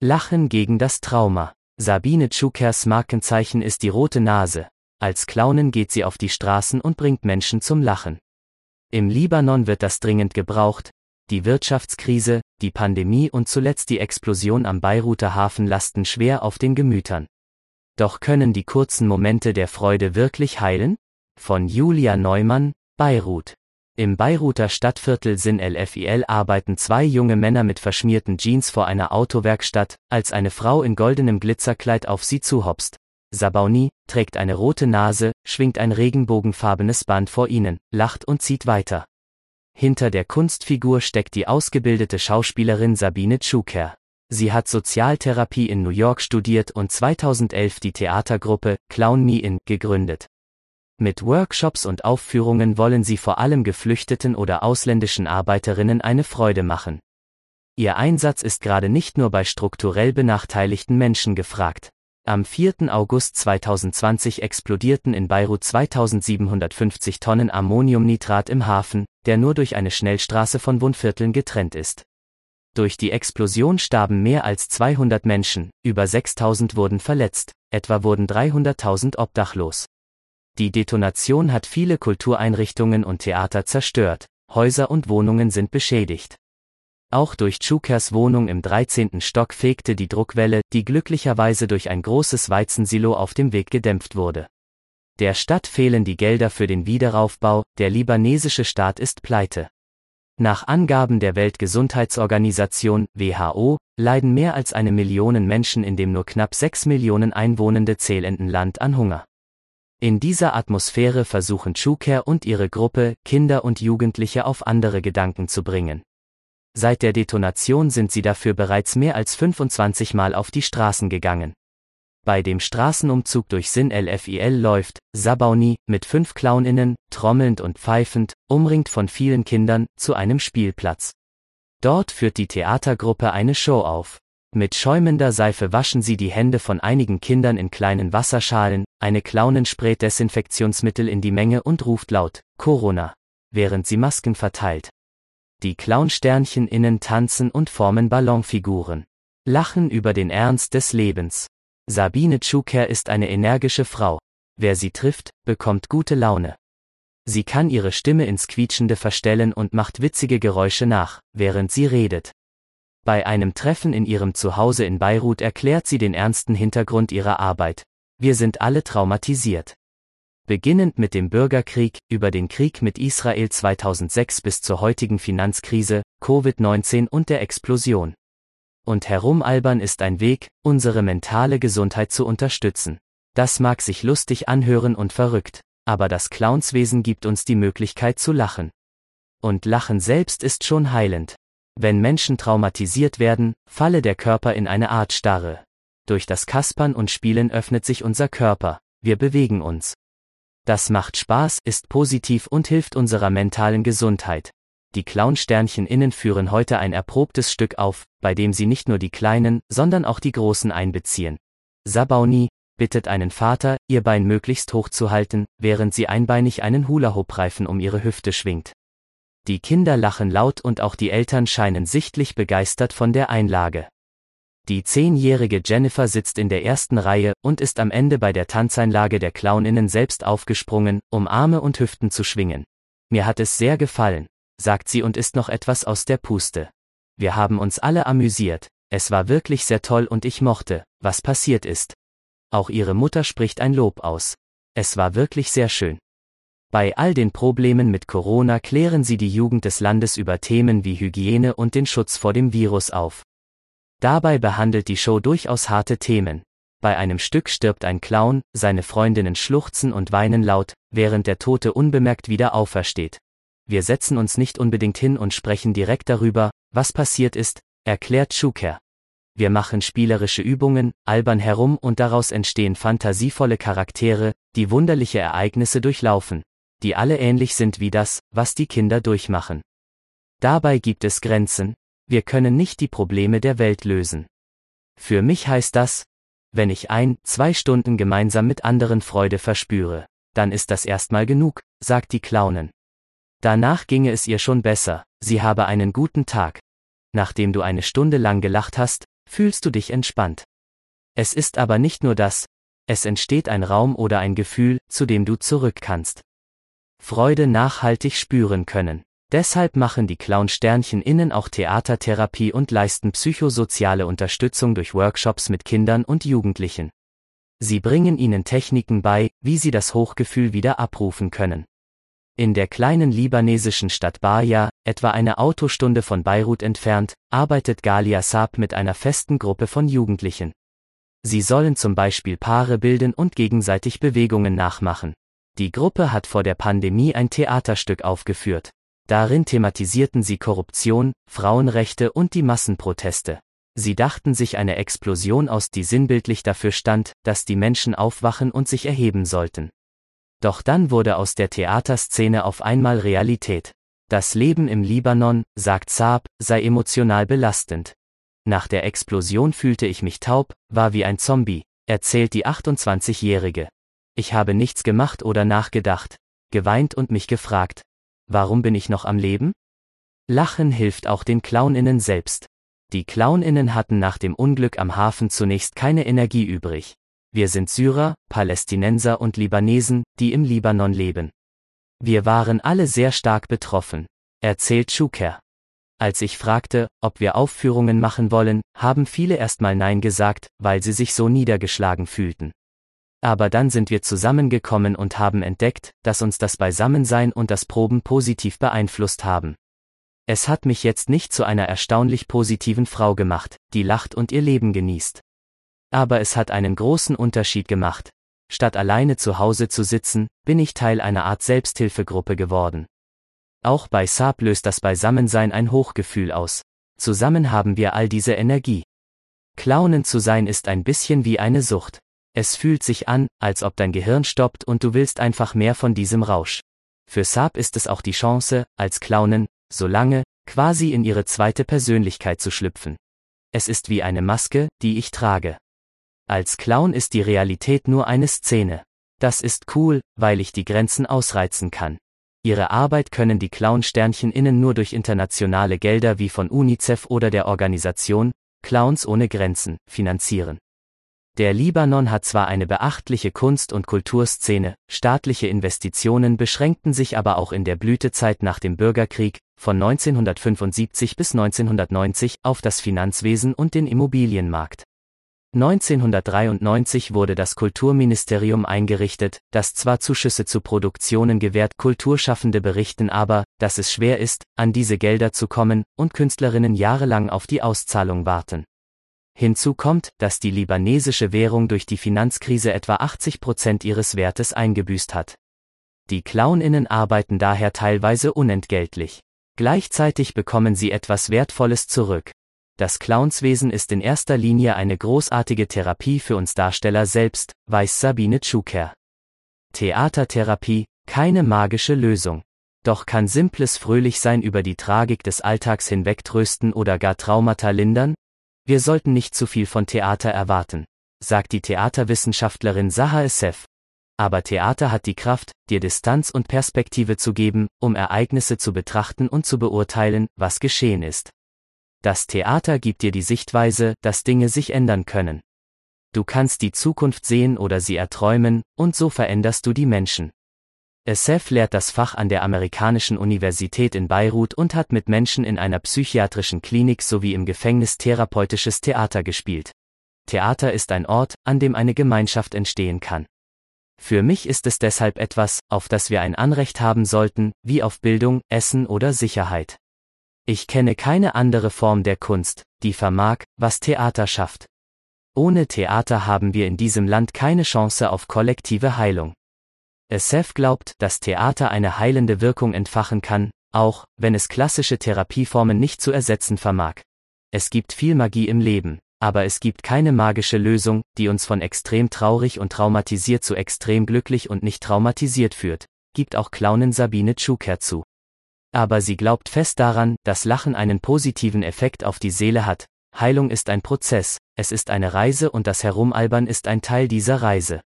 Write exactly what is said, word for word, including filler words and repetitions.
Lachen gegen das Trauma. Sabine Tschukers Markenzeichen ist die rote Nase. Als Clownin geht sie auf die Straßen und bringt Menschen zum Lachen. Im Libanon wird das dringend gebraucht. Die Wirtschaftskrise, die Pandemie und zuletzt die Explosion am Beiruter Hafen lasten schwer auf den Gemütern. Doch können die kurzen Momente der Freude wirklich heilen? Von Julia Neumann, Beirut. Im Beiruter Stadtviertel Sin el Fil arbeiten zwei junge Männer mit verschmierten Jeans vor einer Autowerkstatt, als eine Frau in goldenem Glitzerkleid auf sie zuhopst. Sabauni trägt eine rote Nase, schwingt ein regenbogenfarbenes Band vor ihnen, lacht und zieht weiter. Hinter der Kunstfigur steckt die ausgebildete Schauspielerin Sabine Tschuker. Sie hat Sozialtherapie in New York studiert und zweitausendelf die Theatergruppe Clown Me In gegründet. Mit Workshops und Aufführungen wollen sie vor allem geflüchteten oder ausländischen Arbeiterinnen eine Freude machen. Ihr Einsatz ist gerade nicht nur bei strukturell benachteiligten Menschen gefragt. Am vierten August zweitausendzwanzig explodierten in Beirut zweitausendsiebenhundertfünfzig Tonnen Ammoniumnitrat im Hafen, der nur durch eine Schnellstraße von Wohnvierteln getrennt ist. Durch die Explosion starben mehr als zweihundert Menschen, über sechstausend wurden verletzt, etwa wurden dreihunderttausend obdachlos. Die Detonation hat viele Kultureinrichtungen und Theater zerstört, Häuser und Wohnungen sind beschädigt. Auch durch Tschukers Wohnung im dreizehnten Stock fegte die Druckwelle, die glücklicherweise durch ein großes Weizensilo auf dem Weg gedämpft wurde. Der Stadt fehlen die Gelder für den Wiederaufbau, der libanesische Staat ist pleite. Nach Angaben der Weltgesundheitsorganisation W H O leiden mehr als eine Million Menschen in dem nur knapp sechs Millionen Einwohnende zählenden Land an Hunger. In dieser Atmosphäre versuchen Tschuker und ihre Gruppe, Kinder und Jugendliche auf andere Gedanken zu bringen. Seit der Detonation sind sie dafür bereits mehr als fünfundzwanzig Mal auf die Straßen gegangen. Bei dem Straßenumzug durch Sin el Fil läuft Sabauni mit fünf Clowninnen, trommelnd und pfeifend, umringt von vielen Kindern, zu einem Spielplatz. Dort führt die Theatergruppe eine Show auf. Mit schäumender Seife waschen sie die Hände von einigen Kindern in kleinen Wasserschalen, eine Clownin sprayt Desinfektionsmittel in die Menge und ruft laut, Corona, während sie Masken verteilt. Die Clownsternchen innen tanzen und formen Ballonfiguren. Lachen über den Ernst des Lebens. Sabine Tschukar ist eine energische Frau. Wer sie trifft, bekommt gute Laune. Sie kann ihre Stimme ins Quietschende verstellen und macht witzige Geräusche nach, während sie redet. Bei einem Treffen in ihrem Zuhause in Beirut erklärt sie den ernsten Hintergrund ihrer Arbeit. Wir sind alle traumatisiert. Beginnend mit dem Bürgerkrieg, über den Krieg mit Israel zweitausendsechs bis zur heutigen Finanzkrise, Covid neunzehn und der Explosion. Und herumalbern ist ein Weg, unsere mentale Gesundheit zu unterstützen. Das mag sich lustig anhören und verrückt, aber das Clownswesen gibt uns die Möglichkeit zu lachen. Und Lachen selbst ist schon heilend. Wenn Menschen traumatisiert werden, falle der Körper in eine Art Starre. Durch das Kaspern und Spielen öffnet sich unser Körper, wir bewegen uns. Das macht Spaß, ist positiv und hilft unserer mentalen Gesundheit. Die Clownsternchen innen führen heute ein erprobtes Stück auf, bei dem sie nicht nur die Kleinen, sondern auch die Großen einbeziehen. Sabauni bittet einen Vater, ihr Bein möglichst hoch zu halten, während sie einbeinig einen Hula-Hoop-Reifen um ihre Hüfte schwingt. Die Kinder lachen laut und auch die Eltern scheinen sichtlich begeistert von der Einlage. Die zehnjährige Jennifer sitzt in der ersten Reihe und ist am Ende bei der Tanzeinlage der Clowninnen selbst aufgesprungen, um Arme und Hüften zu schwingen. Mir hat es sehr gefallen, sagt sie und ist noch etwas aus der Puste. Wir haben uns alle amüsiert, es war wirklich sehr toll und ich mochte, was passiert ist. Auch ihre Mutter spricht ein Lob aus. Es war wirklich sehr schön. Bei all den Problemen mit Corona klären sie die Jugend des Landes über Themen wie Hygiene und den Schutz vor dem Virus auf. Dabei behandelt die Show durchaus harte Themen. Bei einem Stück stirbt ein Clown, seine Freundinnen schluchzen und weinen laut, während der Tote unbemerkt wieder aufersteht. Wir setzen uns nicht unbedingt hin und sprechen direkt darüber, was passiert ist, erklärt Tschukar. Wir machen spielerische Übungen, albern herum und daraus entstehen fantasievolle Charaktere, die wunderliche Ereignisse durchlaufen, die alle ähnlich sind wie das, was die Kinder durchmachen. Dabei gibt es Grenzen, wir können nicht die Probleme der Welt lösen. Für mich heißt das, wenn ich ein, zwei Stunden gemeinsam mit anderen Freude verspüre, dann ist das erstmal genug, sagt die Clownin. Danach ginge es ihr schon besser, sie habe einen guten Tag. Nachdem du eine Stunde lang gelacht hast, fühlst du dich entspannt. Es ist aber nicht nur das, es entsteht ein Raum oder ein Gefühl, zu dem du zurück kannst. Freude nachhaltig spüren können. Deshalb machen die Clown-Sternchen innen auch Theatertherapie und leisten psychosoziale Unterstützung durch Workshops mit Kindern und Jugendlichen. Sie bringen ihnen Techniken bei, wie sie das Hochgefühl wieder abrufen können. In der kleinen libanesischen Stadt Baja, etwa eine Autostunde von Beirut entfernt, arbeitet Galia Saab mit einer festen Gruppe von Jugendlichen. Sie sollen zum Beispiel Paare bilden und gegenseitig Bewegungen nachmachen. Die Gruppe hat vor der Pandemie ein Theaterstück aufgeführt. Darin thematisierten sie Korruption, Frauenrechte und die Massenproteste. Sie dachten sich eine Explosion aus, die sinnbildlich dafür stand, dass die Menschen aufwachen und sich erheben sollten. Doch dann wurde aus der Theaterszene auf einmal Realität. Das Leben im Libanon, sagt Saab, sei emotional belastend. Nach der Explosion fühlte ich mich taub, war wie ein Zombie, erzählt die achtundzwanzigjährige. Ich habe nichts gemacht oder nachgedacht, geweint und mich gefragt, warum bin ich noch am Leben? Lachen hilft auch den Clowninnen selbst. Die Clowninnen hatten nach dem Unglück am Hafen zunächst keine Energie übrig. Wir sind Syrer, Palästinenser und Libanesen, die im Libanon leben. Wir waren alle sehr stark betroffen, erzählt Choucair. Als ich fragte, ob wir Aufführungen machen wollen, haben viele erstmal Nein gesagt, weil sie sich so niedergeschlagen fühlten. Aber dann sind wir zusammengekommen und haben entdeckt, dass uns das Beisammensein und das Proben positiv beeinflusst haben. Es hat mich jetzt nicht zu einer erstaunlich positiven Frau gemacht, die lacht und ihr Leben genießt. Aber es hat einen großen Unterschied gemacht. Statt alleine zu Hause zu sitzen, bin ich Teil einer Art Selbsthilfegruppe geworden. Auch bei Saab löst das Beisammensein ein Hochgefühl aus. Zusammen haben wir all diese Energie. Clownen zu sein ist ein bisschen wie eine Sucht. Es fühlt sich an, als ob dein Gehirn stoppt und du willst einfach mehr von diesem Rausch. Für Saab ist es auch die Chance, als Clownen, so lange, quasi in ihre zweite Persönlichkeit zu schlüpfen. Es ist wie eine Maske, die ich trage. Als Clown ist die Realität nur eine Szene. Das ist cool, weil ich die Grenzen ausreizen kann. Ihre Arbeit können die Clown-Sternchen innen nur durch internationale Gelder wie von UNICEF oder der Organisation Clowns ohne Grenzen finanzieren. Der Libanon hat zwar eine beachtliche Kunst- und Kulturszene, staatliche Investitionen beschränkten sich aber auch in der Blütezeit nach dem Bürgerkrieg, von neunzehnhundertfünfundsiebzig bis neunzehnhundertneunzig, auf das Finanzwesen und den Immobilienmarkt. neunzehnhundertdreiundneunzig wurde das Kulturministerium eingerichtet, das zwar Zuschüsse zu Produktionen gewährt, Kulturschaffende berichten aber, dass es schwer ist, an diese Gelder zu kommen, und Künstlerinnen jahrelang auf die Auszahlung warten. Hinzu kommt, dass die libanesische Währung durch die Finanzkrise etwa achtzig Prozent ihres Wertes eingebüßt hat. Die Clowninnen arbeiten daher teilweise unentgeltlich. Gleichzeitig bekommen sie etwas Wertvolles zurück. Das Clownswesen ist in erster Linie eine großartige Therapie für uns Darsteller selbst, weiß Sabine Choucair. Theatertherapie, keine magische Lösung. Doch kann simples Fröhlichsein über die Tragik des Alltags hinweg trösten oder gar Traumata lindern? Wir sollten nicht zu viel von Theater erwarten, sagt die Theaterwissenschaftlerin Zaha Essef. Aber Theater hat die Kraft, dir Distanz und Perspektive zu geben, um Ereignisse zu betrachten und zu beurteilen, was geschehen ist. Das Theater gibt dir die Sichtweise, dass Dinge sich ändern können. Du kannst die Zukunft sehen oder sie erträumen, und so veränderst du die Menschen. Essef lehrt das Fach an der amerikanischen Universität in Beirut und hat mit Menschen in einer psychiatrischen Klinik sowie im Gefängnis therapeutisches Theater gespielt. Theater ist ein Ort, an dem eine Gemeinschaft entstehen kann. Für mich ist es deshalb etwas, auf das wir ein Anrecht haben sollten, wie auf Bildung, Essen oder Sicherheit. Ich kenne keine andere Form der Kunst, die vermag, was Theater schafft. Ohne Theater haben wir in diesem Land keine Chance auf kollektive Heilung. Essef glaubt, dass Theater eine heilende Wirkung entfachen kann, auch wenn es klassische Therapieformen nicht zu ersetzen vermag. Es gibt viel Magie im Leben, aber es gibt keine magische Lösung, die uns von extrem traurig und traumatisiert zu extrem glücklich und nicht traumatisiert führt, gibt auch Clownin Sabine Choucair zu. Aber sie glaubt fest daran, dass Lachen einen positiven Effekt auf die Seele hat. Heilung ist ein Prozess, es ist eine Reise und das Herumalbern ist ein Teil dieser Reise.